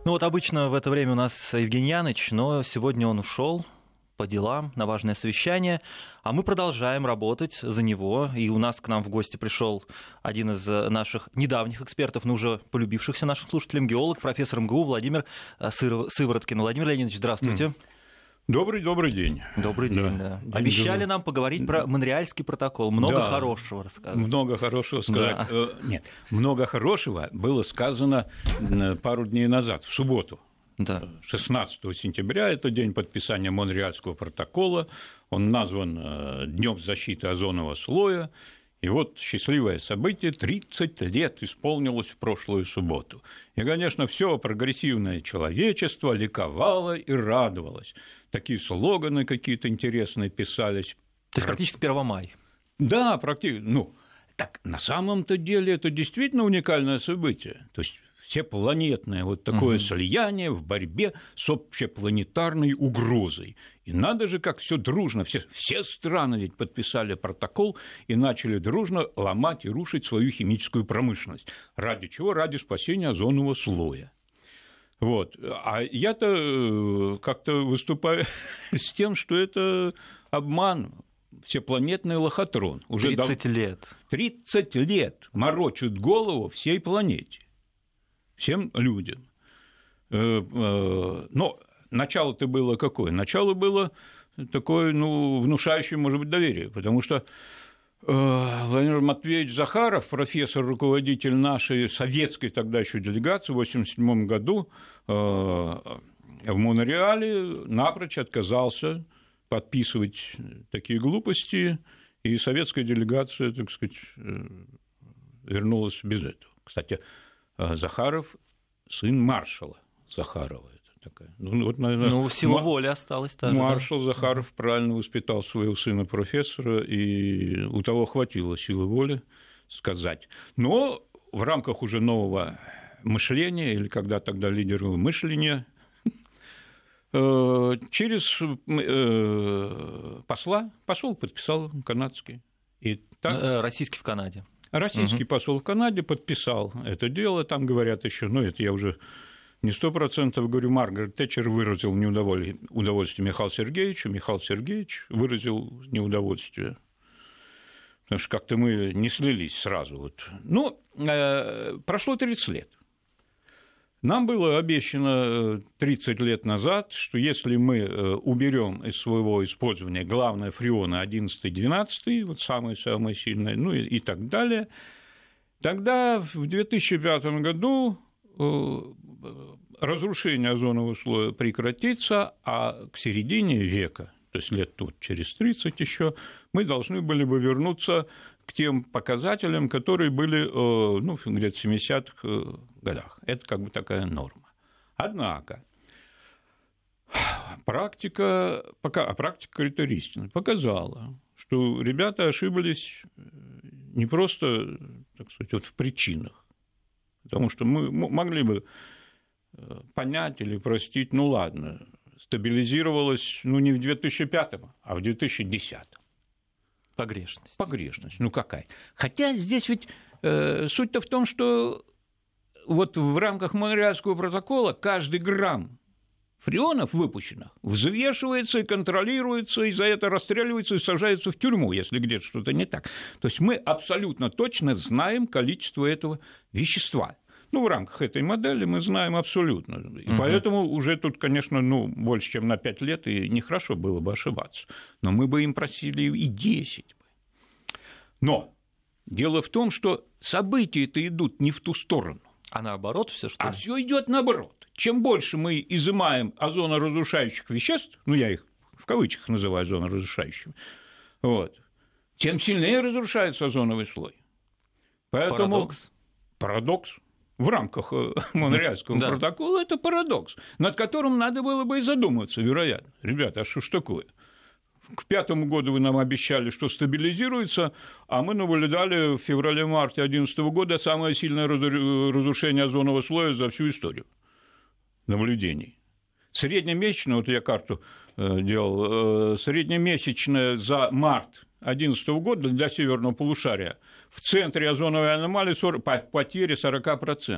Ну вот обычно в это время у нас Евгений Яныч, но сегодня он ушел по делам на важное совещание, а мы продолжаем работать за него, и у нас к нам в гости пришел один из наших недавних экспертов, но уже полюбившихся нашим слушателям, геолог, профессор МГУ Владимир Сывороткин. Владимир Леонидович, здравствуйте. Добрый день. Добрый день, да. Обещали нам поговорить про Монреальский протокол. Много хорошего рассказать. Много хорошего сказать. Да. Нет, много хорошего было сказано пару дней назад, в субботу. Да. 16 сентября, это день подписания Монреальского протокола. Он назван Днем защиты озонового слоя. И вот счастливое событие, 30 лет исполнилось в прошлую субботу. И, конечно, все прогрессивное человечество ликовало и радовалось. Такие слоганы какие-то интересные писались. То есть практически 1 мая. Да, практически. Ну, так на самом-то деле это действительно уникальное событие. То есть всепланетное вот такое слияние в борьбе с общепланетарной угрозой. И надо же, как все дружно, все страны ведь подписали протокол и начали дружно ломать и рушить свою химическую промышленность. Ради чего? Ради спасения озонового слоя. Вот. А я-то как-то выступаю с тем, что это обман, всепланетный лохотрон. Уже 30 лет. 30 лет морочат голову всей планете. Всем людям. Но начало-то было какое? Начало было такое, внушающее, может быть, доверие, потому что Владимир Матвеевич Захаров, профессор, руководитель нашей советской тогда еще делегации в 1987 году в Монреале напрочь отказался подписывать такие глупости, и советская делегация, так сказать, вернулась без этого. Кстати, Захаров – сын маршала Захарова. Это такая, сила воли осталась. Маршал Захаров правильно воспитал своего сына-профессора, и у того хватило силы воли сказать. Но в рамках уже нового мышления, или когда тогда лидерного мышления, через посол подписал канадский. И так... Российский в Канаде. Российский посол в Канаде подписал это дело, там говорят еще, это я уже не 100% говорю, Маргарет Тэтчер выразил удовольствие Михаилу Сергеевич выразил неудовольствие, потому что как-то мы не слились сразу. Прошло 30 лет. Нам было обещано 30 лет назад, что если мы уберем из своего использования главные фреоны 11 и 12, вот самые-самые сильные, и так далее, тогда в 2005 году разрушение озонового слоя прекратится, а к середине века, то есть лет тут через 30 еще, мы должны были бы вернуться к тем показателям, которые были где-то в 70-х годах. Это как бы такая норма. Однако практика истины показала, что ребята ошиблись не просто, так сказать, в причинах, потому что мы могли бы понять или простить, ладно, стабилизировалась не в 2005, а в 2010. Погрешность. Какая? Хотя здесь ведь суть-то в том, что вот в рамках Монреальского протокола каждый грамм фреонов выпущенных взвешивается и контролируется, и за это расстреливается и сажается в тюрьму, если где-то что-то не так. То есть мы абсолютно точно знаем количество этого вещества. В рамках этой модели мы знаем абсолютно. И поэтому уже тут, конечно, больше, чем на 5 лет, и нехорошо было бы ошибаться. Но мы бы им просили и 10. Но дело в том, что события-то идут не в ту сторону. А наоборот все, что ли? А все идет наоборот. Чем больше мы изымаем озоноразрушающих веществ, я их в кавычках называю озоноразрушающими, тем сильнее разрушается озоновый слой. Поэтому парадокс. В рамках Монреальского протокола это парадокс, над которым надо было бы и задуматься, вероятно. Ребята, а что ж такое? К 2005 году вы нам обещали, что стабилизируется, а мы наблюдали в феврале-марте 2011 года самое сильное разрушение озонового слоя за всю историю наблюдений. Среднемесячно, я карту делал, среднемесячное за март 2011 года для северного полушария в центре озоновой аномалии потери 40%.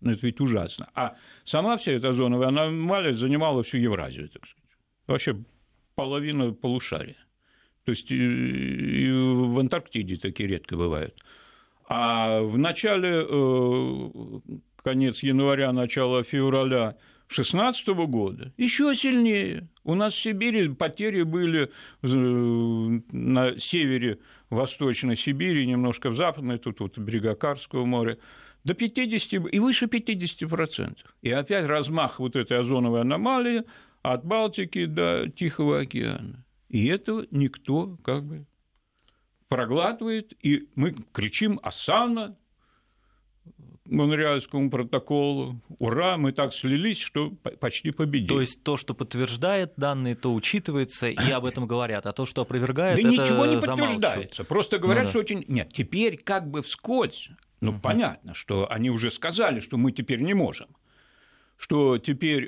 Ну, это ведь ужасно. А сама вся эта озоновая аномалия занимала всю Евразию, так сказать. Вообще половина полушария. То есть и в Антарктиде такие редко бывают. А в начале, конец января, начало февраля 2016 года еще сильнее. У нас в Сибири потери были на севере Восточной Сибири, немножко в Западной, тут вот берега Карского моря, до 50% и выше 50%. И опять размах вот этой озоновой аномалии от Балтики до Тихого океана. И этого никто как бы проглатывает, и мы кричим «Осанна!» Монреальскому протоколу. Ура, мы так слились, что почти победили. То есть то, что подтверждает данные, то учитывается, и об этом говорят, а то, что опровергает, да это ничего не замалчивают. подтверждается. Просто говорят, что очень... Нет, теперь как бы вскользь. Ну, понятно, что они уже сказали, что мы теперь не можем. Что теперь,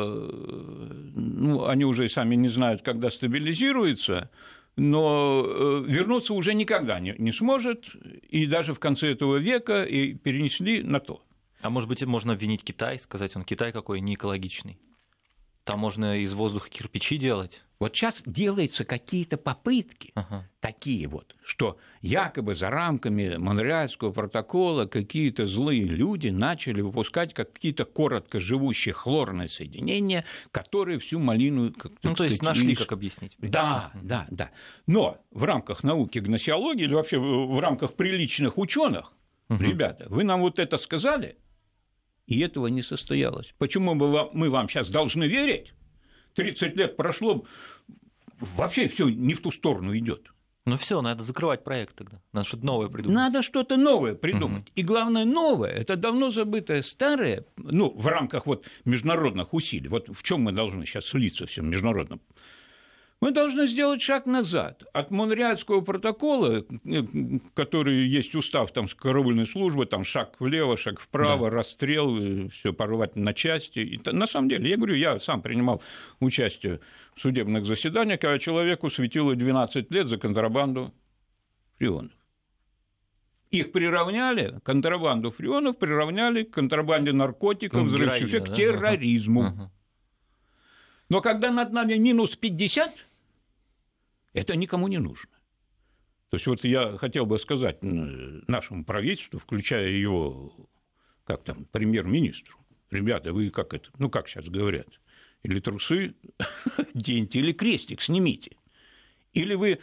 ну, они уже сами не знают, когда стабилизируется, но вернуться уже никогда не сможет, и даже в конце этого века и перенесли на то. А может быть, можно обвинить Китай, сказать, он Китай какой не экологичный. Там можно из воздуха кирпичи делать. Вот сейчас делаются какие-то попытки, такие вот, что якобы за рамками Монреальского протокола какие-то злые люди начали выпускать какие-то коротко живущие хлорные соединения, которые всю малину... Ну, то есть нашли, как объяснить. Да. Но в рамках науки гносеологии или вообще в рамках приличных ученых, ребята, вы нам вот это сказали, и этого не состоялось. Почему мы вам сейчас должны верить? 30 лет прошло, вообще все не в ту сторону идет. Ну все, надо закрывать проект тогда. Надо что-то новое придумать. Надо что-то новое придумать. И главное, новое – это давно забытое старое, ну, в рамках вот международных усилий. Вот в чем мы должны сейчас слиться всем международным? Мы должны сделать шаг назад. От Монреальского протокола, который есть устав там, с караульной службы, там шаг влево, шаг вправо, да. Расстрел, все порвать на части. И, на самом деле, я говорю, я сам принимал участие в судебных заседаниях, когда человеку светило 12 лет за контрабанду фреонов. Их приравняли, контрабанду фреонов приравняли к контрабанде наркотиков, взрывчатых, к терроризму. Но когда над нами минус 50, это никому не нужно. То есть вот я хотел бы сказать нашему правительству, включая его, как там, премьер-министру, ребята, вы как это, ну как сейчас говорят, или трусы деньте, или крестик снимите, или вы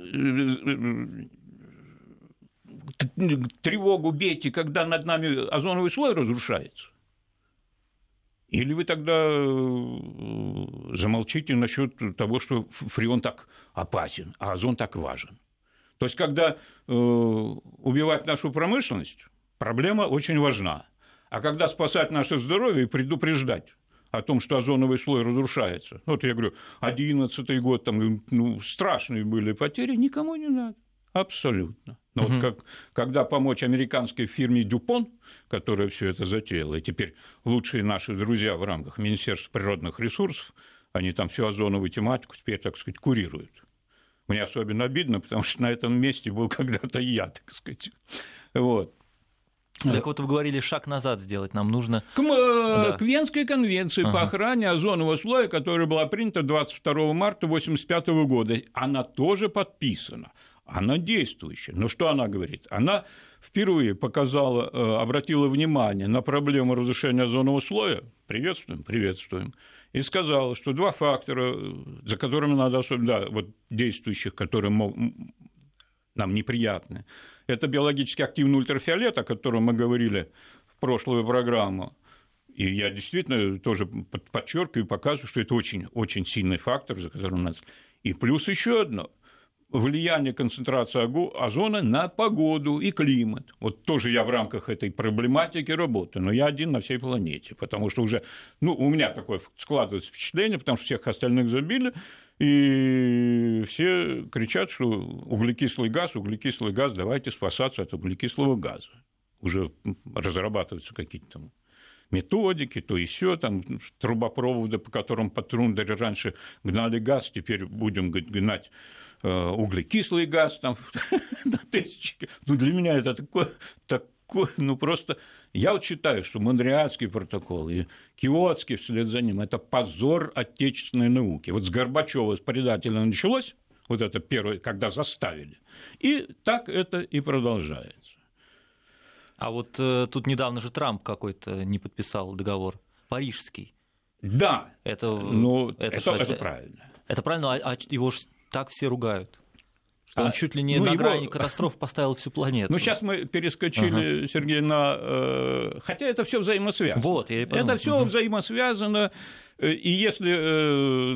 тревогу бейте, когда над нами озоновый слой разрушается. Или вы тогда замолчите насчет того, что фреон так опасен, а озон так важен. То есть, когда убивать нашу промышленность, проблема очень важна. А когда спасать наше здоровье и предупреждать о том, что озоновый слой разрушается, вот я говорю, 2011 год, там, ну, страшные были потери, никому не надо. Абсолютно. Но вот когда помочь американской фирме Дюпон, которая все это затеяла, и теперь лучшие наши друзья в рамках Министерства природных ресурсов, они там всю озоновую тематику теперь, так сказать, курируют. Мне особенно обидно, потому что на этом месте был когда-то я, так сказать. Вот. Так вот вы говорили, шаг назад сделать нам нужно... К Венской конвенции по охране озонового слоя, которая была принята 22 марта 1985 года. Она тоже подписана. Она действующая. Но что она говорит? Она впервые показала, обратила внимание на проблему разрушения озонового слоя. Приветствуем. И сказала, что два фактора, за которыми надо особенно, вот действующих, которые нам неприятны, это биологически активный ультрафиолет, о котором мы говорили в прошлую программу. И я действительно тоже подчеркиваю и показываю, что это очень, очень сильный фактор, за которым надо... И плюс еще одно. Влияние концентрации озона на погоду и климат. Вот тоже я в рамках этой проблематики работаю, но я один на всей планете, потому что уже, ну, у меня такое складывается впечатление, потому что всех остальных забили, и все кричат, что углекислый газ, давайте спасаться от углекислого газа. Уже разрабатываются какие-то там методики, то и сё, там трубопроводы, по которым по Трундере раньше гнали газ, теперь будем гнать такой углекислый газ там на тысячи. Ну, для меня это такое просто... Я вот считаю, что Монреальский протокол и Киотский вслед за ним – это позор отечественной науки. Вот с Горбачёва, с предателя началось, вот это первое, когда заставили, и так это и продолжается. А вот тут недавно же Трамп какой-то не подписал договор, парижский. Да, это правильно. Это правильно, а его же так все ругают. Что он чуть ли не на грани катастрофы поставил всю планету. Ну, сейчас мы перескочили, Сергей, на... Хотя это все взаимосвязано. Вот, я и подумал. Это все взаимосвязано. И если,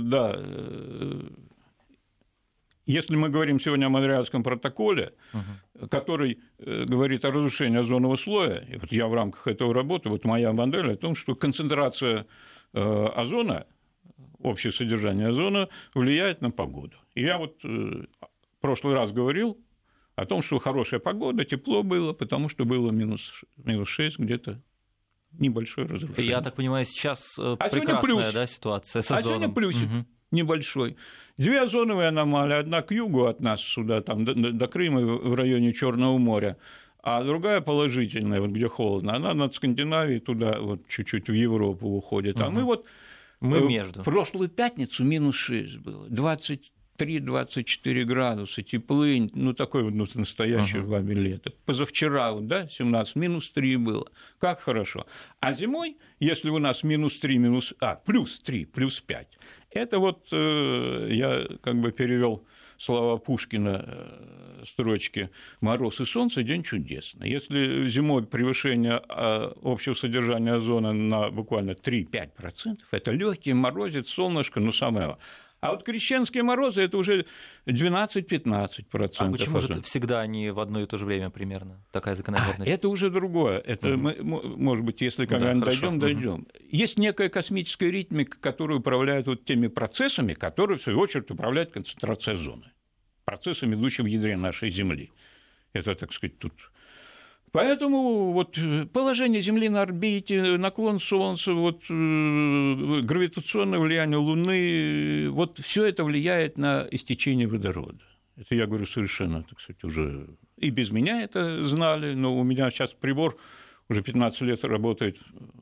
если мы говорим сегодня о Монреальском протоколе, который говорит о разрушении озонового слоя, и вот я в рамках этого работаю, вот моя модель о том, что концентрация озона, общее содержание озона влияет на погоду. И я вот... В прошлый раз говорил о том, что хорошая погода, тепло было, потому что было минус 6, где-то небольшое разрушение. Я так понимаю, сейчас прекрасная ситуация с озоном. А сегодня плюсик небольшой. 2 озоновые аномалии, одна к югу от нас сюда, там, до Крыма, в районе Черного моря, а другая положительная, вот где холодно, она над Скандинавией туда вот чуть-чуть в Европу уходит. А мы между. В прошлую пятницу минус 6 было, 23-24 градуса, теплынь, такой вот настоящий вами лето. Позавчера, 17, минус 3 было. Как хорошо. А зимой, если у нас минус 3, плюс 3, плюс 5, это вот я как бы перевел слова Пушкина, строчки «Мороз и солнце, день чудесный». Если зимой превышение общего содержания озона на буквально 3-5%, это легкий морозец, солнышко, самое. А вот крещенские морозы – это уже 12-15%. А почему же всегда они в одно и то же время примерно? Такая закономерность. Это уже другое. Это мы, может быть, если когда-нибудь дойдем. Есть некая космическая ритмика, которая управляет вот теми процессами, которые, в свою очередь, управляют концентрацией озона. Процессом, идущим в ядре нашей Земли. Это, так сказать, тут... Поэтому вот положение Земли на орбите, наклон Солнца, гравитационное влияние Луны, вот все это влияет на истечение водорода. Это я говорю совершенно, так сказать, уже и без меня это знали, но у меня сейчас прибор уже 15 лет работает,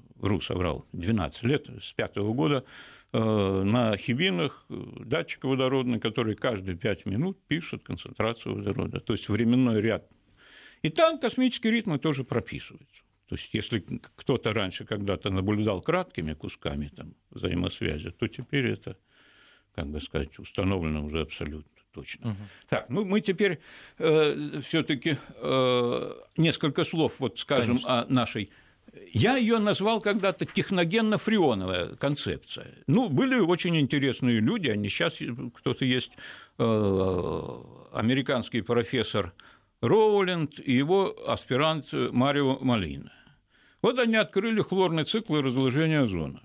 12 лет, с 5-го года, на хибинах, датчик водородный, который каждые 5 минут пишет концентрацию водорода, то есть временной ряд. И там космические ритмы тоже прописываются. То есть, если кто-то раньше когда-то наблюдал краткими кусками взаимосвязи, то теперь это, как бы сказать, установлено уже абсолютно точно. Так, мы теперь все-таки несколько слов, скажем, о нашей... Я ее назвал когда-то техногенно-фреоновая концепция. Были очень интересные люди, они сейчас, кто-то есть, американский профессор Роулинд и его аспирант Марио Молина. Вот они открыли хлорный цикл разложения озона.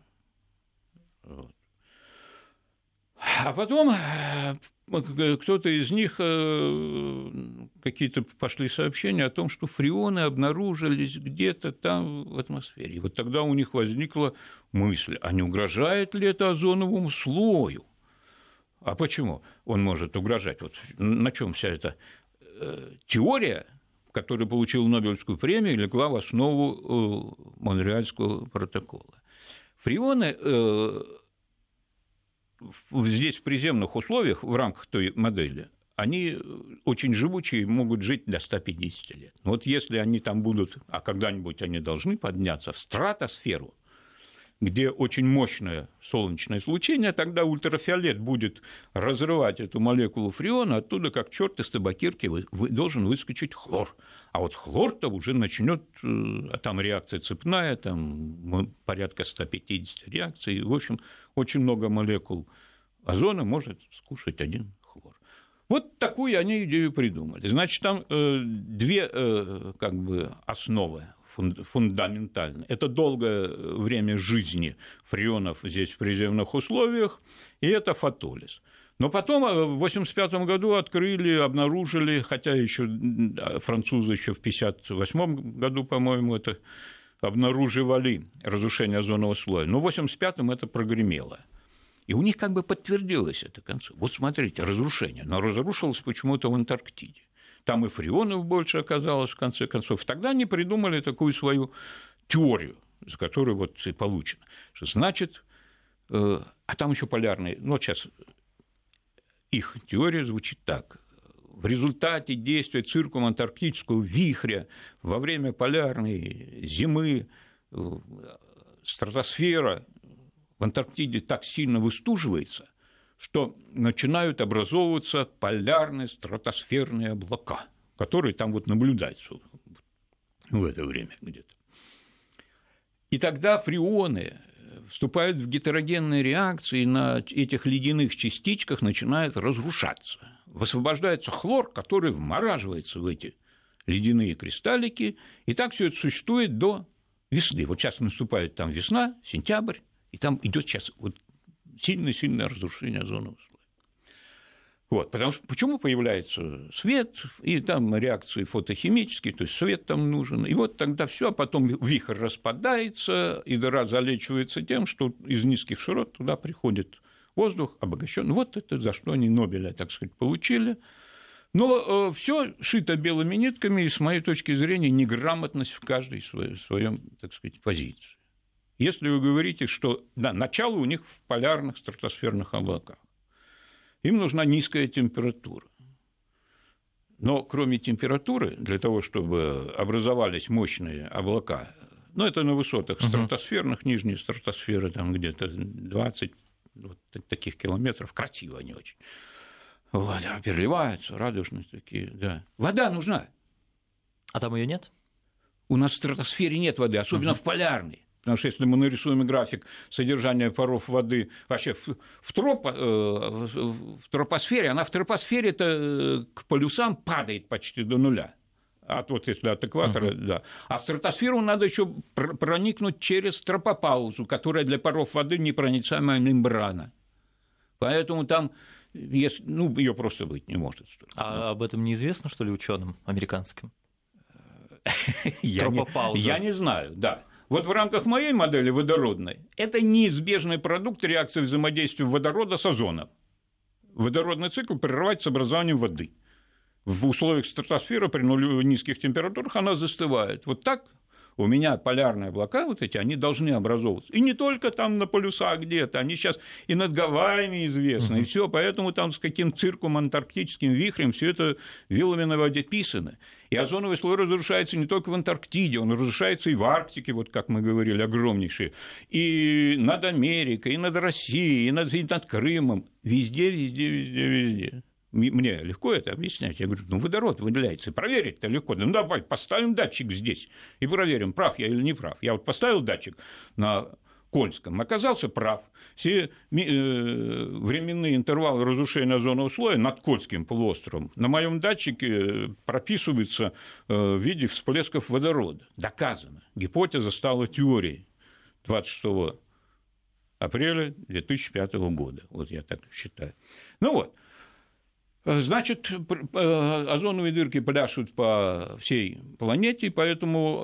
А потом кто-то из них, какие-то пошли сообщения о том, что фреоны обнаружились где-то там в атмосфере. И вот тогда у них возникла мысль, а не угрожает ли это озоновому слою? А почему он может угрожать? На чем вся эта теория, которая получила Нобелевскую премию, легла в основу Монреальского протокола. Фреоны здесь в приземных условиях, в рамках той модели, они очень живучие, могут жить до 150 лет. Вот если они там будут, а когда-нибудь они должны подняться в стратосферу, где очень мощное солнечное излучение, тогда ультрафиолет будет разрывать эту молекулу фреона, оттуда, как черт из табакерки, должен выскочить хлор. А вот хлор-то уже начнет, а там реакция цепная, там порядка 150 реакций, в общем, очень много молекул озона может скушать один хлор. Вот такую они идею придумали. Значит, там две основы фундаментальные. Это долгое время жизни фреонов здесь в приземных условиях, и это фотолиз. Но потом в 1985 году обнаружили, хотя еще французы еще в 1958 году, по-моему, это обнаруживали разрушение озонового слоя, но в 1985-м это прогремело. И у них как бы подтвердилась эта концепция. Вот смотрите, разрушение, но разрушилось почему-то в Антарктиде. там и фреонов больше оказалось, в конце концов. И тогда они придумали такую свою теорию, за которую вот и получено. Что значит, а там еще полярные, ну, вот сейчас их теория звучит так. В результате действия циркумантарктического вихря во время полярной зимы стратосфера в Антарктиде так сильно выстуживается, что начинают образовываться полярные стратосферные облака, которые там вот наблюдаются в это время где-то. И тогда фреоны вступают в гетерогенные реакции, и на этих ледяных частичках начинает разрушаться. Высвобождается хлор, который вмораживается в эти ледяные кристаллики, и так все это существует до весны. Вот сейчас наступает там весна, сентябрь, и там идет сейчас вот сильное разрушение озонового слоя. Вот, потому что почему появляется свет, и там реакции фотохимические, то есть свет там нужен, и вот тогда все, а потом вихрь распадается, и дыра залечивается тем, что из низких широт туда приходит воздух обогащенный. Вот это за что они Нобеля, так сказать, получили. Но все шито белыми нитками, и, с моей точки зрения, неграмотность в каждой своем, так сказать, позиции. Если вы говорите, что да, начало у них в полярных стратосферных облаках, им нужна низкая температура. Но кроме температуры, для того, чтобы образовались мощные облака, ну, это на высотах стратосферных, нижние стратосферы, там где-то 20 вот таких километров, красиво они очень. Вот, переливаются, радужные такие, да. Вода нужна. А там ее нет? У нас в стратосфере нет воды, особенно в полярной. Потому что если мы нарисуем график содержания паров воды вообще в тропосфере, она в тропосфере-то к полюсам падает почти до нуля. Вот если от экватора, да. А в стратосферу надо еще проникнуть через тропопаузу, которая для паров воды непроницаемая мембрана. Поэтому там ее просто быть не может. А об этом неизвестно, что ли, ученым американским? Я не знаю, да. Вот в рамках моей модели водородной это неизбежный продукт реакции взаимодействия водорода с озоном. Водородный цикл прерывается образованием воды. В условиях стратосферы при низких температурах она застывает. Вот так у меня полярные облака, вот эти, они должны образовываться. И не только там на полюсах где-то, они сейчас и над Гавайями известны, и все, поэтому там с каким цирком антарктическим вихрем все это вилами на воде писано. И озоновый слой разрушается не только в Антарктиде, он разрушается и в Арктике, вот как мы говорили, огромнейший, и над Америкой, и над Россией, и над Крымом, везде. Мне легко это объяснять. Я говорю, водород выделяется, проверить-то легко. Ну, давай, поставим датчик здесь и проверим, прав я или не прав. Я вот поставил датчик на Кольском, оказался прав. Все временные интервалы разрушения озонового слоя над Кольским полуостровом на моем датчике прописываются в виде всплесков водорода. Доказано. Гипотеза стала теорией 26 апреля 2005 года. Вот я так считаю. Ну вот. Значит, озоновые дырки пляшут по всей планете, поэтому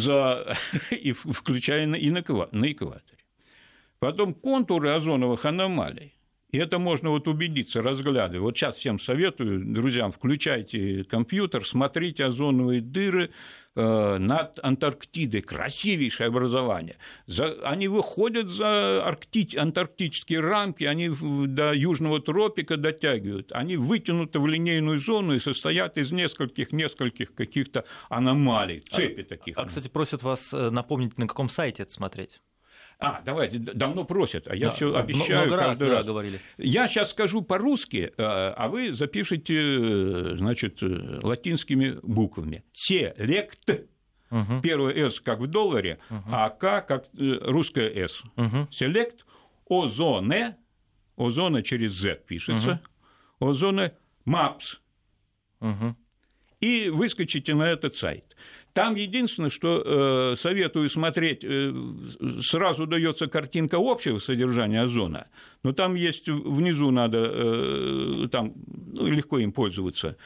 включая и на экваторе. Потом контуры озоновых аномалий. И это можно вот убедиться, разглядывая. Вот сейчас всем советую, друзьям, включайте компьютер, смотрите озоновые дыры над Антарктидой. Красивейшее образование. Они выходят за антарктические рамки, они до Южного тропика дотягивают. Они вытянуты в линейную зону и состоят из нескольких каких-то аномалий, цепи таких. Кстати, просят вас напомнить, на каком сайте это смотреть. Давайте, давно просят, а я все обещаю каждый раз. Говорили. Я сейчас скажу по-русски, а вы запишите, значит, латинскими буквами. Селект, первое «с» как в долларе, а «к» как русское «с». Селект, озоне, озоне через «з» пишется, озоне мапс. И выскочите на этот сайт. Там единственное, что советую смотреть, сразу дается картинка общего содержания озона, но там есть внизу надо, там легко им пользоваться,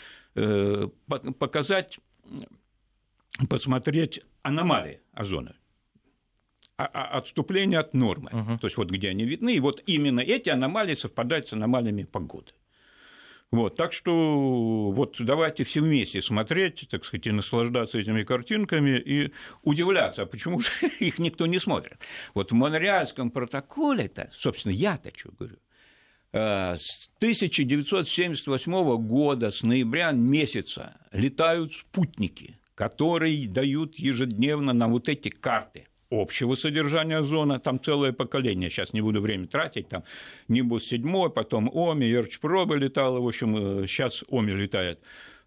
посмотреть аномалии озона, отступление от нормы, то есть вот где они видны, и вот именно эти аномалии совпадают с аномалиями погоды. Вот, так что вот давайте все вместе смотреть, так сказать, и наслаждаться этими картинками и удивляться, а почему же их никто не смотрит. Вот в Монреальском протоколе-то, собственно, я-то что говорю, с 1978 года, с ноября месяца летают спутники, которые дают ежедневно на вот эти карты общего содержания озона, там целое поколение, сейчас не буду время тратить, там Нимбус-7, потом ОМИ, Ерч-Проба летала, в общем, сейчас ОМИ летает,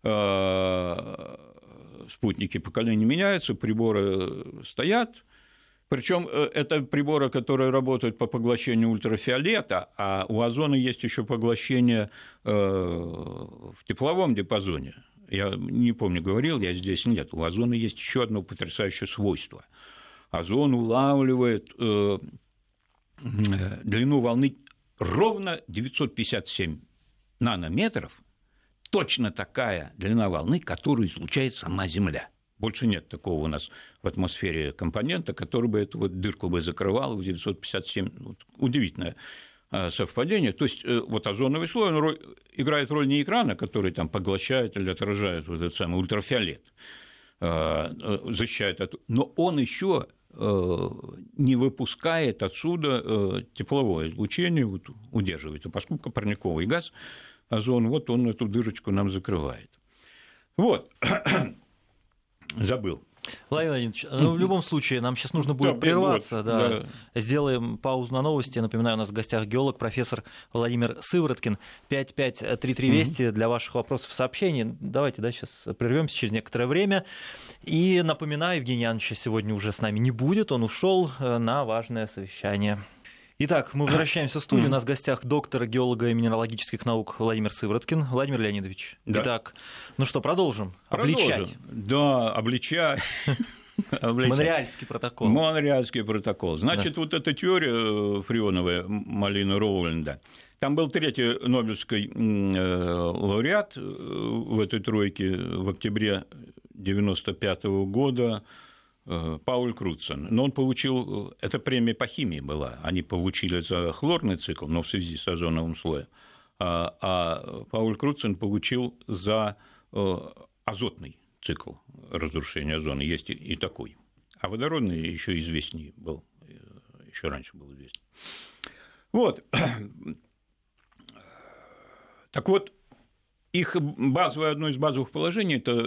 спутники поколения меняются, приборы стоят, причем это приборы, которые работают по поглощению ультрафиолета, а у озона есть еще поглощение в тепловом диапазоне. Я не помню, говорил я здесь, нет, у озона есть еще одно потрясающее свойство. Озон улавливает длину волны ровно 957 нанометров, точно такая длина волны, которую излучает сама Земля. Больше нет такого у нас в атмосфере компонента, который бы эту вот дырку бы закрывал в 957. Удивительное совпадение. То есть вот озоновый слой он играет роль не экрана, который там поглощает или отражает вот этот самый ультрафиолет, защищает от... но он еще не выпускает отсюда тепловое излучение, вот, удерживает. А поскольку парниковый газ, озон, вот он эту дырочку нам закрывает. Вот. Забыл. Владимир Владимирович, в любом случае, нам сейчас нужно будет прерваться. Да. Сделаем паузу на новости. Напоминаю, у нас в гостях геолог, профессор Владимир Сывороткин. 553320 для ваших вопросов, сообщений. Давайте, сейчас прервемся через некоторое время. И напоминаю, Евгения Яновича сегодня уже с нами не будет. Он ушел на важное совещание. Итак, мы возвращаемся в студию. У нас в гостях доктор геолого-минералогических наук Владимир Сывороткин. Владимир Леонидович, да. Итак, ну что, продолжим? Обличать. Да, обличать. Монреальский протокол. Монреальский протокол. Значит, вот эта теория фреоновая Малина Роуленда, там был третий Нобелевский лауреат в этой тройке в октябре 1995 года, Пауль Круцен. Но он получил, это премия по химии была, они получили за хлорный цикл, но в связи с озоновым слоем, а Пауль Круцен получил за азотный цикл разрушения озона, есть и такой. А водородный еще известнее был, еще раньше был известен. Вот. Так вот, их базовое, одно из базовых положений – это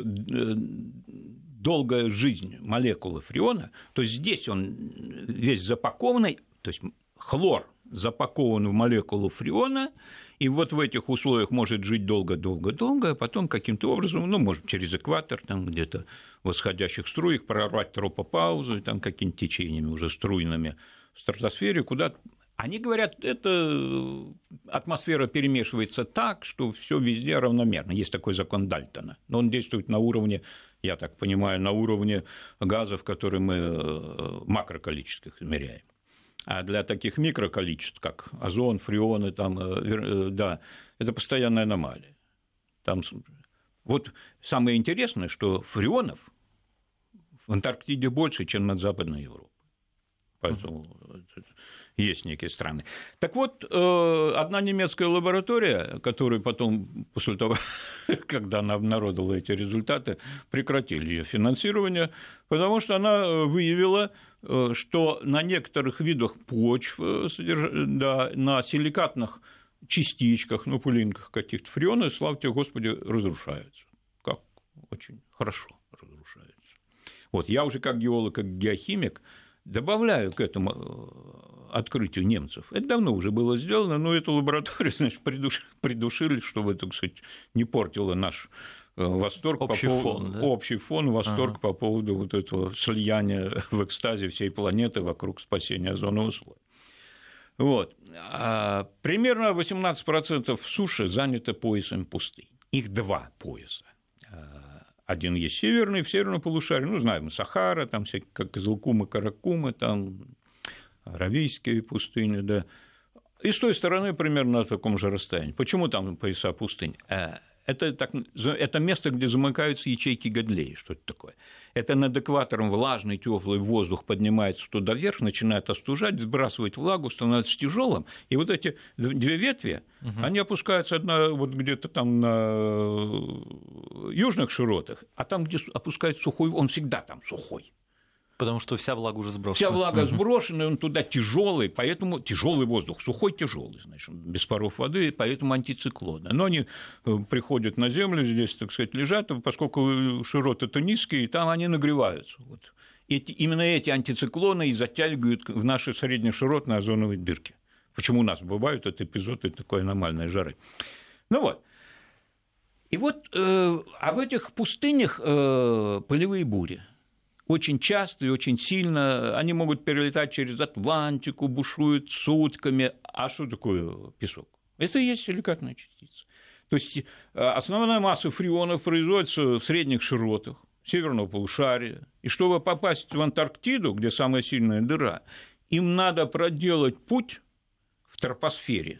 долгая жизнь молекулы фреона, то есть здесь он весь запакованный, то есть хлор запакован в молекулу фреона, и вот в этих условиях может жить долго-долго-долго, а потом каким-то образом, ну, может, через экватор, там где-то в восходящих струях прорвать тропопаузу, там какими-то течениями уже струйными в стратосфере, куда-то. Они говорят, эта атмосфера перемешивается так, что все везде равномерно. Есть такой закон Дальтона, но он действует на уровне, я так понимаю, на уровне газов, которые мы макроколичествах измеряем. А для таких микроколичеств, как озон, фреоны, там, да, это постоянная аномалия. Там... Вот самое интересное, что фреонов в Антарктиде больше, чем над Западной Европой. Поэтому есть некие страны. Так вот, одна немецкая лаборатория, которую потом, после того, когда она обнародовала эти результаты, прекратили ее финансирование, потому что она выявила, что на некоторых видах почв, да, на силикатных частичках, ну, пылинках каких-то фреоны, слава тебе, Господи, разрушаются. Как очень хорошо разрушаются. Вот я уже как геолог, как геохимик добавляю к этому открытию немцев. Это давно уже было сделано, но эту лабораторию, значит, придушили, чтобы, так сказать, не портило наш восторг общий фон, восторг по поводу вот этого слияния в экстазе всей планеты вокруг спасения озонового слоя. Вот. Примерно 18% суши занято поясом пустынь. Их два пояса. Один есть северный, в северном полушарии, ну, знаем, Сахара, там всякие, как Кызылкумы, Каракумы, там Аравийские пустыни, да. И с той стороны примерно на таком же расстоянии. Почему там пояса пустынь? это место, где замыкаются ячейки Гадлея. Что это такое? Это над экватором влажный, теплый воздух поднимается туда вверх, начинает остужать, сбрасывать влагу, становится тяжелым. И вот эти две ветви, они опускаются одна вот где-то там на южных широтах, а там, где опускается сухой, он всегда там сухой. Потому что вся влага уже сброшена. Вся влага сброшена, он туда тяжелый, поэтому тяжелый воздух, сухой тяжелый, значит, без паров воды, поэтому антициклоны. Но они приходят на Землю, здесь, так сказать, лежат, поскольку широты-то низкие, там они нагреваются. Вот. Именно эти антициклоны и затягивают в наши среднеширотные озоновые дырки. Почему у нас бывают эти эпизоды такой аномальной жары? Ну вот. И вот, а в этих пустынях полевые бури. Очень часто и очень сильно они могут перелетать через Атлантику, бушуют сутками. А что такое песок? Это и есть силикатная частица. То есть основная масса фреонов производится в средних широтах северного полушария. И чтобы попасть в Антарктиду, где самая сильная дыра, им надо проделать путь в тропосфере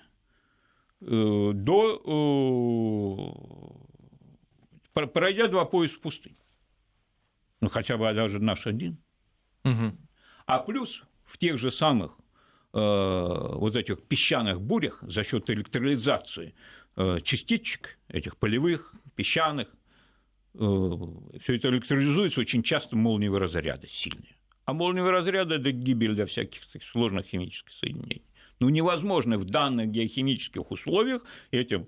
пройдя 2 пояса пустынь. Ну, хотя бы даже наш один. А плюс в тех же самых вот этих песчаных бурях за счет электролизации частичек, этих полевых, песчаных, все это электролизуется, очень часто молниевые разряды сильные. А молниевые разряды – это гибель для всяких сложных химических соединений. Ну, невозможно в данных геохимических условиях этим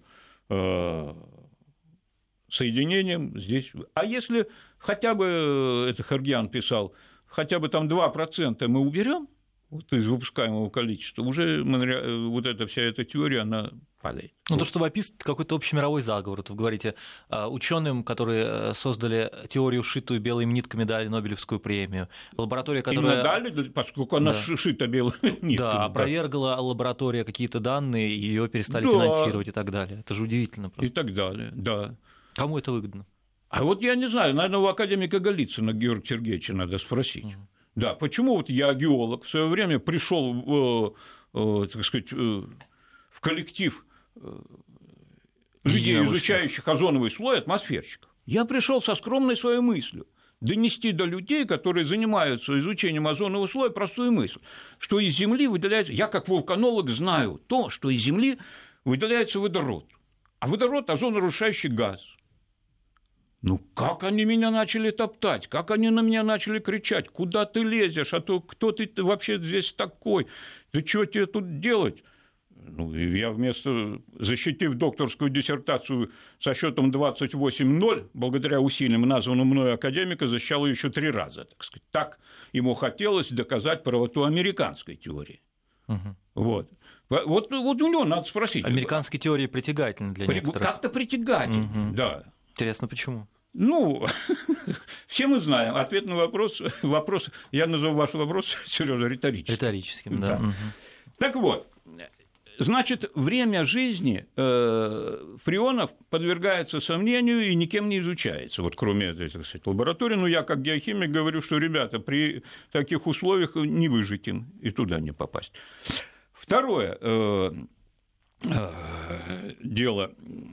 соединением здесь. А если хотя бы, это Харгиан писал, хотя бы там 2% мы уберем вот из выпускаемого количества, уже вот эта вся эта теория, она падает. Ну, то, чтобы описать какой-то общемировой заговор. Вот вы говорите, ученым, которые создали теорию, шитую белыми нитками, дали Нобелевскую премию. Лаборатория, которая... Именно дали, поскольку она шита белыми нитками. Да, опровергла лаборатория какие-то данные, ее перестали финансировать и так далее. Это же удивительно просто. И так далее, да. Кому это выгодно? А вот я не знаю, наверное, у академика Голицына Георгия Сергеевича надо спросить. Да, почему вот я, геолог, в свое время пришел, так сказать, в коллектив людей, изучающих озоновый слой, атмосферщиков. Я пришел со скромной своей мыслью донести до людей, которые занимаются изучением озонового слоя, простую мысль, что из Земли выделяется, я как вулканолог знаю то, что из Земли выделяется водород, а водород – озоноразрушающий газ. Ну, как они меня начали топтать, как они на меня начали кричать, куда ты лезешь, а то кто ты вообще здесь такой, ты что тебе тут делать? Ну, и я вместо, защитив докторскую диссертацию со счетом 28-0, благодаря усилиям названного мною академика, защищал ее еще 3 раза, так сказать. Так ему хотелось доказать правоту американской теории. Вот. Вот у него надо спросить. Американские теории притягательны для некоторых. Как-то притягательны, да. Интересно, почему? Ну, все мы знаем. Ответ на вопрос, я назову ваш вопрос, Сережа, риторическим. Риторическим, да. Так вот, значит, время жизни фреонов подвергается сомнению и никем не изучается, вот кроме этой, так сказать, лаборатории. Но я, как геохимик, говорю, что, ребята, при таких условиях не выжить им и туда не попасть. Второе дело,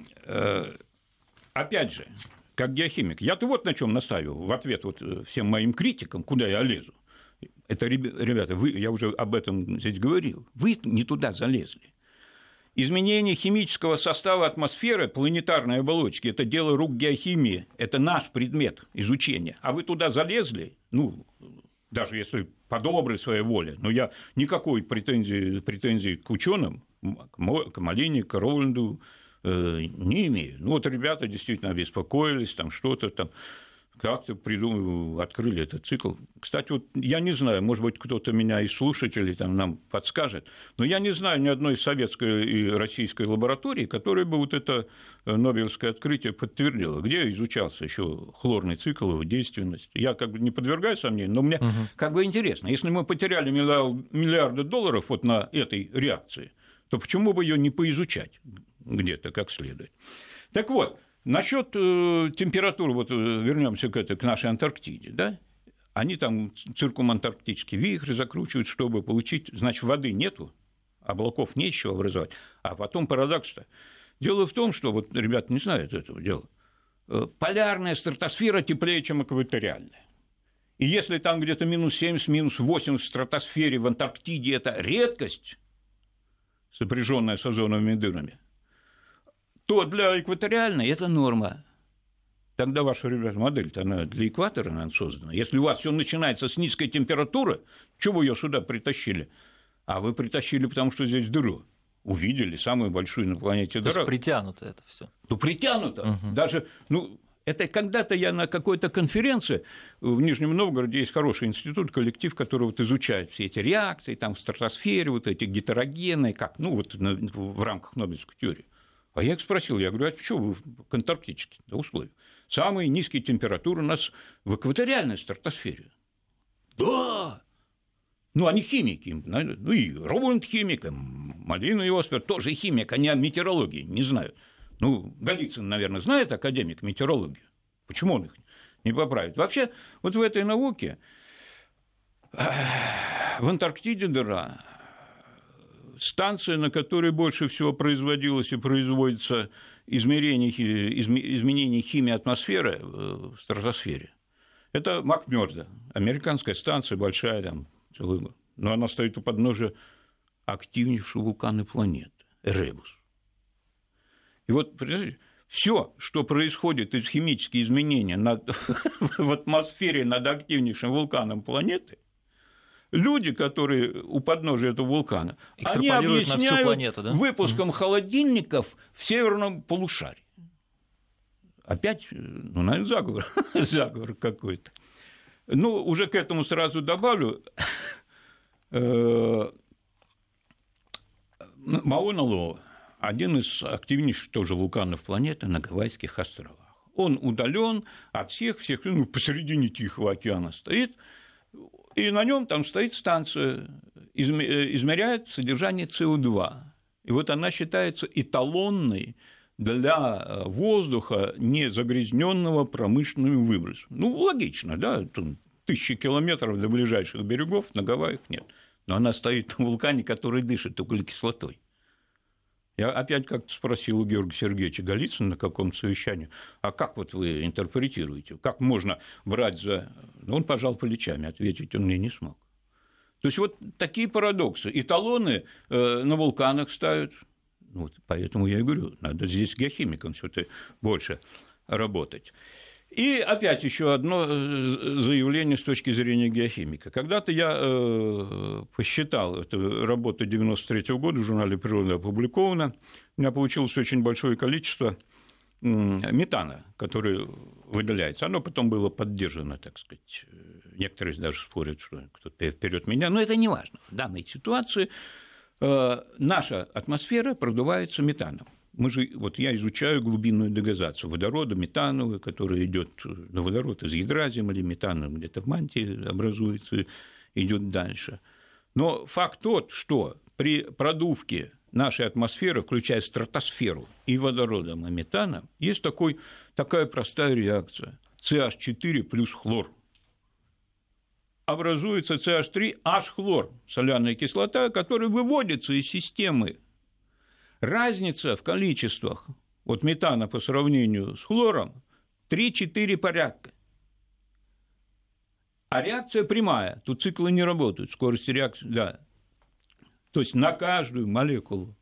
опять же, как геохимик, я-то вот на чем настаиваю в ответ вот всем моим критикам, куда я лезу. Это, ребята, я уже об этом здесь говорил, вы не туда залезли. Изменение химического состава атмосферы, планетарной оболочки – это дело рук геохимии, это наш предмет изучения. А вы туда залезли, ну, даже если по доброй своей воле, но я никакой претензий к ученым, к Малине, к Роланду не имею. Ну, вот ребята действительно обеспокоились, там что-то там, как-то открыли этот цикл. Кстати, вот я не знаю, может быть, кто-то меня из слушателей там нам подскажет, но я не знаю ни одной советской и российской лаборатории, которая бы вот это Нобелевское открытие подтвердила, где изучался еще хлорный цикл, его действенность. Я как бы не подвергаю сомнению, но мне как бы интересно, если мы потеряли миллиарды долларов вот на этой реакции, то почему бы ее не поизучать где-то как следует? Так вот, насчет температуры, вот вернемся к нашей Антарктиде, да? Они там циркумантарктический вихрь закручивают, чтобы получить, значит, воды нету, облаков нечего образовать. А потом парадокс-то, Дело в том, что, вот ребята не знают этого дела, полярная стратосфера теплее, чем экваториальная. И если там где-то минус 70, минус 80 в стратосфере в Антарктиде – это редкость, сопряженная с озоновыми дырами, то для экваториальной это норма. Тогда ваша, ребята, модель-то она для экватора, наверное, создана. Если у вас все начинается с низкой температуры, чего вы ее сюда притащили? А вы притащили, потому что здесь дыру. Увидели самую большую на планете дыру. То есть притянуто это все. Ну, притянуто. Даже, это когда-то я на какой-то конференции в Нижнем Новгороде есть хороший институт, коллектив, который вот изучает все эти реакции, там в стратосфере, вот эти гетерогенные, как, в рамках Нобелевской теории. А я их спросил, я говорю, а что вы к антарктическим условиям? Самые низкие температуры у нас в экваториальной стратосфере. Да! Они химики, и Роберт химик, и Малина Иоспер тоже химик, они о метеорологии не знают. Голицын, наверное, знает, академик, метеорологию. Почему он их не поправит? Вообще, вот в этой науке в Антарктиде дыра, станция, на которой больше всего производилось и производится изменений химии атмосферы в стратосфере, это МакМёрдо, американская станция, большая, там, целая, но она стоит у подножия активнейшего вулкана планеты, Эребус. И вот, все, что происходит из химических изменений в атмосфере над активнейшим вулканом планеты, люди, которые у подножия этого вулкана, они объясняют планету, да? Выпуском холодильников в северном полушарии. Опять, наверное, заговор какой-то. Уже к этому сразу добавлю. Мауна-Лоа, один из активнейших тоже вулканов планеты на Гавайских островах. Он удален от всех, посередине Тихого океана стоит, и на нем там стоит станция, измеряет содержание СО2. И вот она считается эталонной для воздуха, не загрязненного промышленным выбросом. Логично, да, 1000 километров до ближайших берегов, на Гавайях нет. Но она стоит на вулкане, который дышит углекислотой. Я опять как-то спросил у Георгия Сергеевича Голицына на каком-то совещании, а как вот вы интерпретируете, как можно брать за... Он пожал плечами, ответить он мне не смог. То есть, вот такие парадоксы. Эталоны на вулканах ставят, поэтому я и говорю, надо здесь геохимикам все-таки больше работать. И опять еще одно заявление с точки зрения геохимика. Когда-то я посчитал, это работа 1993 года в журнале «Природа» опубликована, у меня получилось очень большое количество метана, который выделяется. Оно потом было поддержано, так сказать. Некоторые даже спорят, что кто-то вперед меня, но это не важно. В данной ситуации наша атмосфера продувается метаном. Я изучаю глубинную дегазацию водорода, метановую, которая идет на водород из ядра Земли, метан где-то в мантии образуется, идет дальше. Но факт тот, что при продувке нашей атмосферы, включая стратосферу и водородом, и метаном, есть такая простая реакция. CH4 плюс хлор. Образуется CH3, H-хлор, соляная кислота, которая выводится из системы. Разница в количествах метана по сравнению с хлором 3-4 порядка. А реакция прямая. Тут циклы не работают. Скорость реакции, да. То есть на каждую молекулу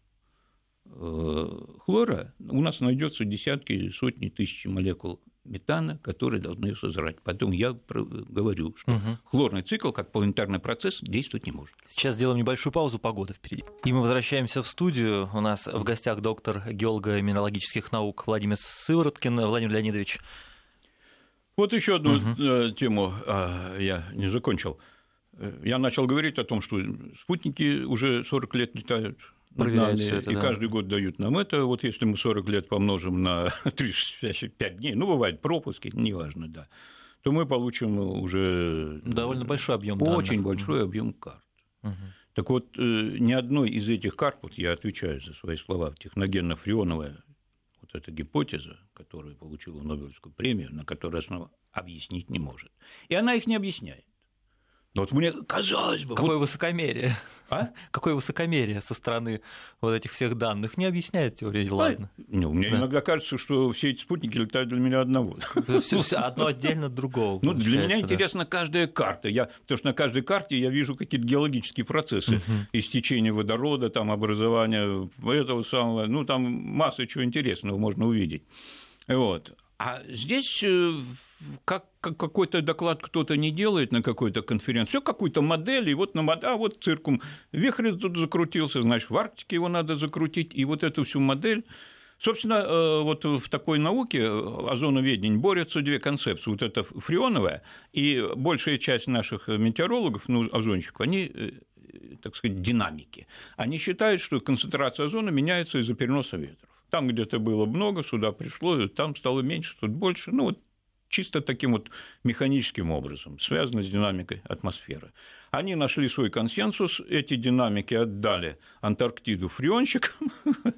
хлора у нас найдется десятки или сотни тысяч молекул метана, которые должны созрать. Потом я говорю, что хлорный цикл, как планетарный процесс, действовать не может. Сейчас сделаем небольшую паузу, погода впереди. И мы возвращаемся в студию. У нас в гостях доктор геолого-минералогических наук Владимир Сывороткин. Владимир Леонидович. Вот еще одну тему я не закончил. Я начал говорить о том, что спутники уже 40 лет летают над нами, и каждый год дают нам это. Вот если мы 40 лет помножим на 365 дней, бывают пропуски, неважно, да, то мы получим уже довольно большой объем данных. Очень большой объем карт. Так вот, ни одной из этих карт, я отвечаю за свои слова, техногенно-фреоновая эта гипотеза, которая получила Нобелевскую премию, на которой основа объяснить не может. И она их не объясняет. Вот мне казалось бы... Какое высокомерие. А? Какое высокомерие со стороны вот этих всех данных. Не объясняет теория, ладно. Мне иногда кажется, что все эти спутники летают для меня одного. Все одно отдельно от другого. Для меня интересна каждая карта. Потому что на каждой карте я вижу какие-то геологические процессы. Истечение водорода, там, образование этого самого. Там масса чего интересного можно увидеть. Вот. А здесь как какой-то доклад кто-то не делает на какой-то конференции, все какую-то модель, и вот вот циркум, вихрь тут закрутился, значит, в Арктике его надо закрутить, и вот эту всю модель. Собственно, вот в такой науке озоноведении борются две концепции. Вот это фреоновая, и большая часть наших метеорологов, озонщиков, они, так сказать, динамики. Они считают, что концентрация озона меняется из-за переноса ветров. Там где-то было много, сюда пришло, там стало меньше, тут больше. Чисто таким вот механическим образом, связано с динамикой атмосферы. Они нашли свой консенсус, эти динамики отдали Антарктиду фреонщикам,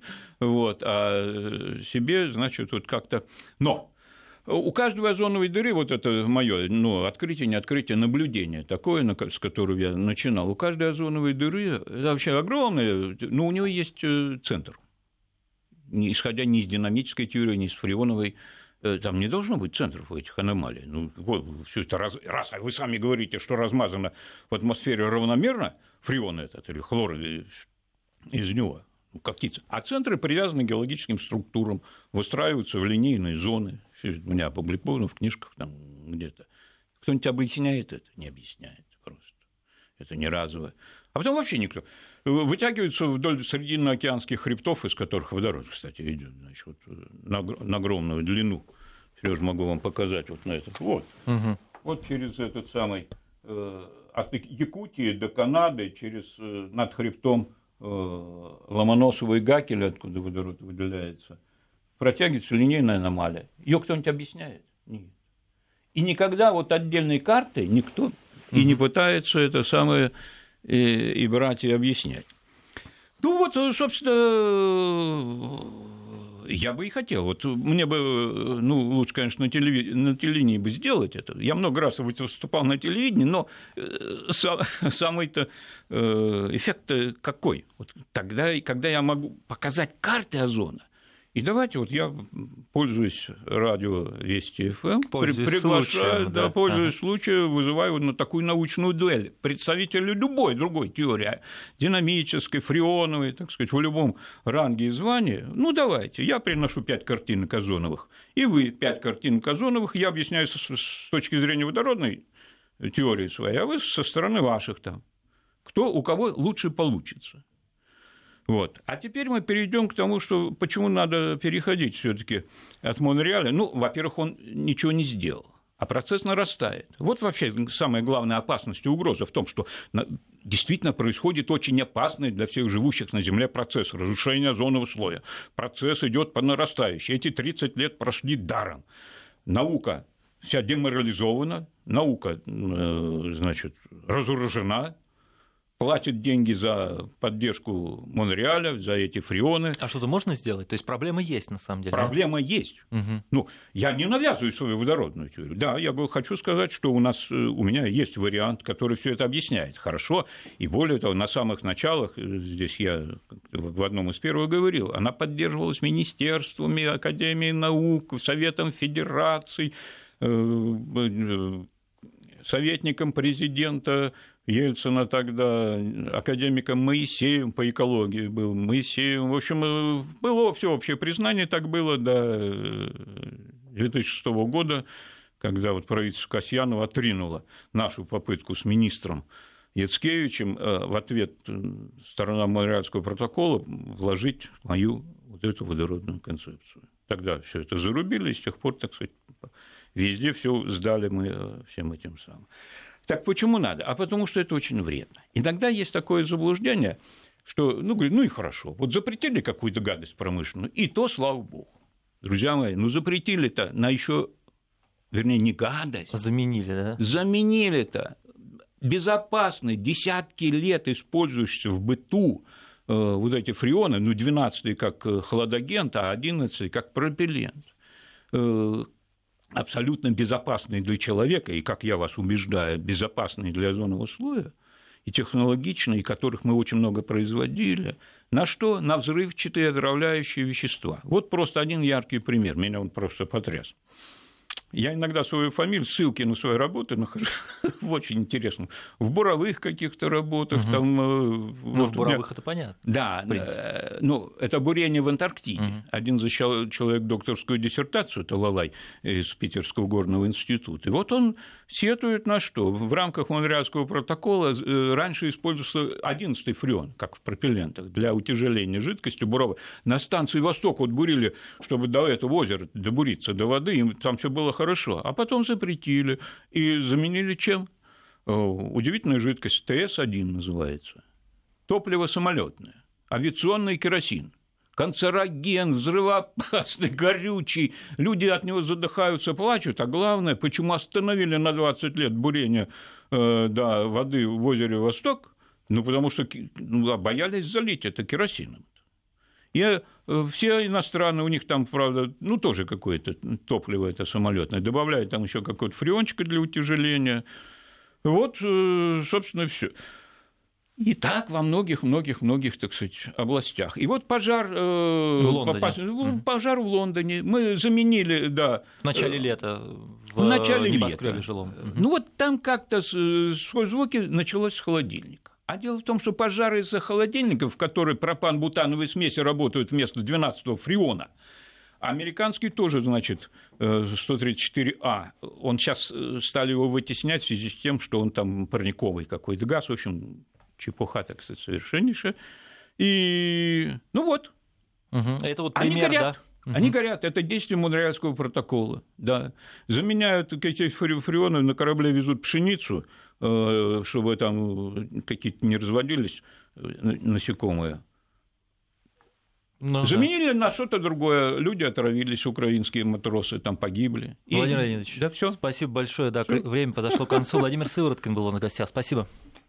а себе, значит, вот как-то... Но у каждой озоновой дыры, вот это мое открытие, не открытие, наблюдение такое, с которого я начинал, у каждой озоновой дыры, это вообще огромное, но у него есть центр. Исходя ни из динамической теории, ни из фреоновой, там не должно быть центров у этих аномалий. Все это раз вы сами говорите, что размазано в атмосфере равномерно, фреон этот или хлор из него, а центры привязаны к геологическим структурам, выстраиваются в линейные зоны. Все это у меня опубликовано в книжках там где-то. Кто-нибудь объясняет это? Не объясняет просто. Это не разовое. А потом вообще никто. Вытягиваются вдоль срединноокеанских хребтов, из которых водород, кстати, идет, значит, на огромную длину. Серёж, могу вам показать вот на этот. Вот через этот самый от Якутии до Канады, над хребтом Ломоносова и Гакеля, откуда водород выделяется, протягивается линейная аномалия. Ее кто-нибудь объясняет? Нет. И никогда вот отдельной карты никто и не пытается это самое и брать и объяснять. Собственно, я бы и хотел. Вот мне бы, лучше, конечно, на телевидении бы сделать это. Я много раз выступал на телевидении, но самый-то эффект какой? Вот тогда, когда я могу показать карты озона. И давайте, я пользуюсь радио Вести ФМ, приглашаю, пользуясь случаем, вызываю на такую научную дуэль представителей любой другой теории, динамической, фреоновой, так сказать, в любом ранге и звании. Давайте, я приношу 5 картинок озоновых, и вы 5 картинок озоновых, я объясняю с точки зрения водородной теории своей, а вы со стороны ваших там. У кого лучше получится. А теперь мы перейдем к тому, почему надо переходить все-таки от Монреаля. Во-первых, он ничего не сделал, а процесс нарастает. Вообще самая главная опасность и угроза в том, что действительно происходит очень опасный для всех живущих на Земле процесс разрушения озонового слоя. Процесс идет по нарастающей. Эти 30 лет прошли даром. Наука вся деморализована, наука, значит, разоружена, платит деньги за поддержку Монреаля, за эти фреоны. А что-то можно сделать? То есть проблема есть на самом деле? Проблема есть. Я не навязываю свою водородную теорию. Да, я хочу сказать, что у меня есть вариант, который все это объясняет хорошо. И более того, на самых началах, здесь я в одном из первых говорил, она поддерживалась министерствами, Академией наук, Советом Федераций, советником президента Ельцина тогда, академиком Моисеевым по экологии был, Моисеевым. В общем, было всеобщее признание, так было до 2006 года, когда правительство Касьянова отринуло нашу попытку с министром Яцкевичем в ответ сторона Монреальского протокола вложить мою эту водородную концепцию. Тогда все это зарубили, и с тех пор, так сказать, везде все сдали мы всем этим самым. Так почему надо? А потому что это очень вредно. Иногда есть такое заблуждение, что, говорят, и хорошо, запретили какую-то гадость промышленную, и то, слава богу. Друзья мои, запретили-то на еще, вернее, не гадость. Заменили, да? Заменили-то безопасные, десятки лет использующиеся в быту эти фреоны, 12 как хладагент, а 11 как пропеллент. абсолютно безопасный для человека, и, как я вас убеждаю, безопасный для озонового слоя, и технологичный, и которых мы очень много производили, на что? На взрывчатые отравляющие вещества. Вот просто один яркий пример, меня он просто потряс. Я иногда свою фамилию, ссылки на свои работы нахожу в очень интересном. В буровых каких-то работах. Там, ну, в буровых это понятно. Да, ну, это бурение в Антарктиде. Один защищал человек докторскую диссертацию, Талалай, из Питерского горного института. И вот он сетует на что? В рамках Монреальского протокола раньше использовался 11-й фреон, как в пропеллентах, для утяжеления жидкости буровой. На станции «Восток» вот бурили, чтобы до этого озера добуриться, до воды, и там все было хорошо. А потом запретили и заменили чем? Удивительная жидкость, ТС-1 называется. Топливо самолетное, авиационный керосин. Канцероген, взрывоопасный, горючий. Люди от него задыхаются, плачут. А главное, почему остановили на 20 лет бурение воды в озере «Восток»? Ну, потому что боялись залить это керосином. И все иностранные, у них там, правда, ну, тоже какое-то топливо это самолетное, добавляют там еще какой-то фреончик для утяжеления. Вот, собственно, все. И так во многих, так сказать, областях. И вот пожар в Лондоне. Мы заменили, да. В начале лета в небоскребе жилом. Ну, вот там как-то звуки началось с холодильника. А дело в том, что пожары из-за холодильников, в которые пропан-бутановые смеси работают вместо 12-го фреона, американский тоже, значит, 134А. Он сейчас стали его вытеснять в связи с тем, что он там парниковый какой-то газ, в общем, чепуха, так сказать, совершеннейшая. И, ну вот. Это вот пример, они горят. Да? Они горят. Это действие Монреальского протокола. Да. Заменяют эти фреоны, на корабле везут пшеницу, чтобы там какие-то не разводились насекомые. Ну, заменили на что-то другое. Люди отравились, украинские матросы там погибли. Владимир Леонидович, да, всё. Спасибо большое. Да, время подошло к концу. Владимир Сывороткин был у нас в гостях. Спасибо.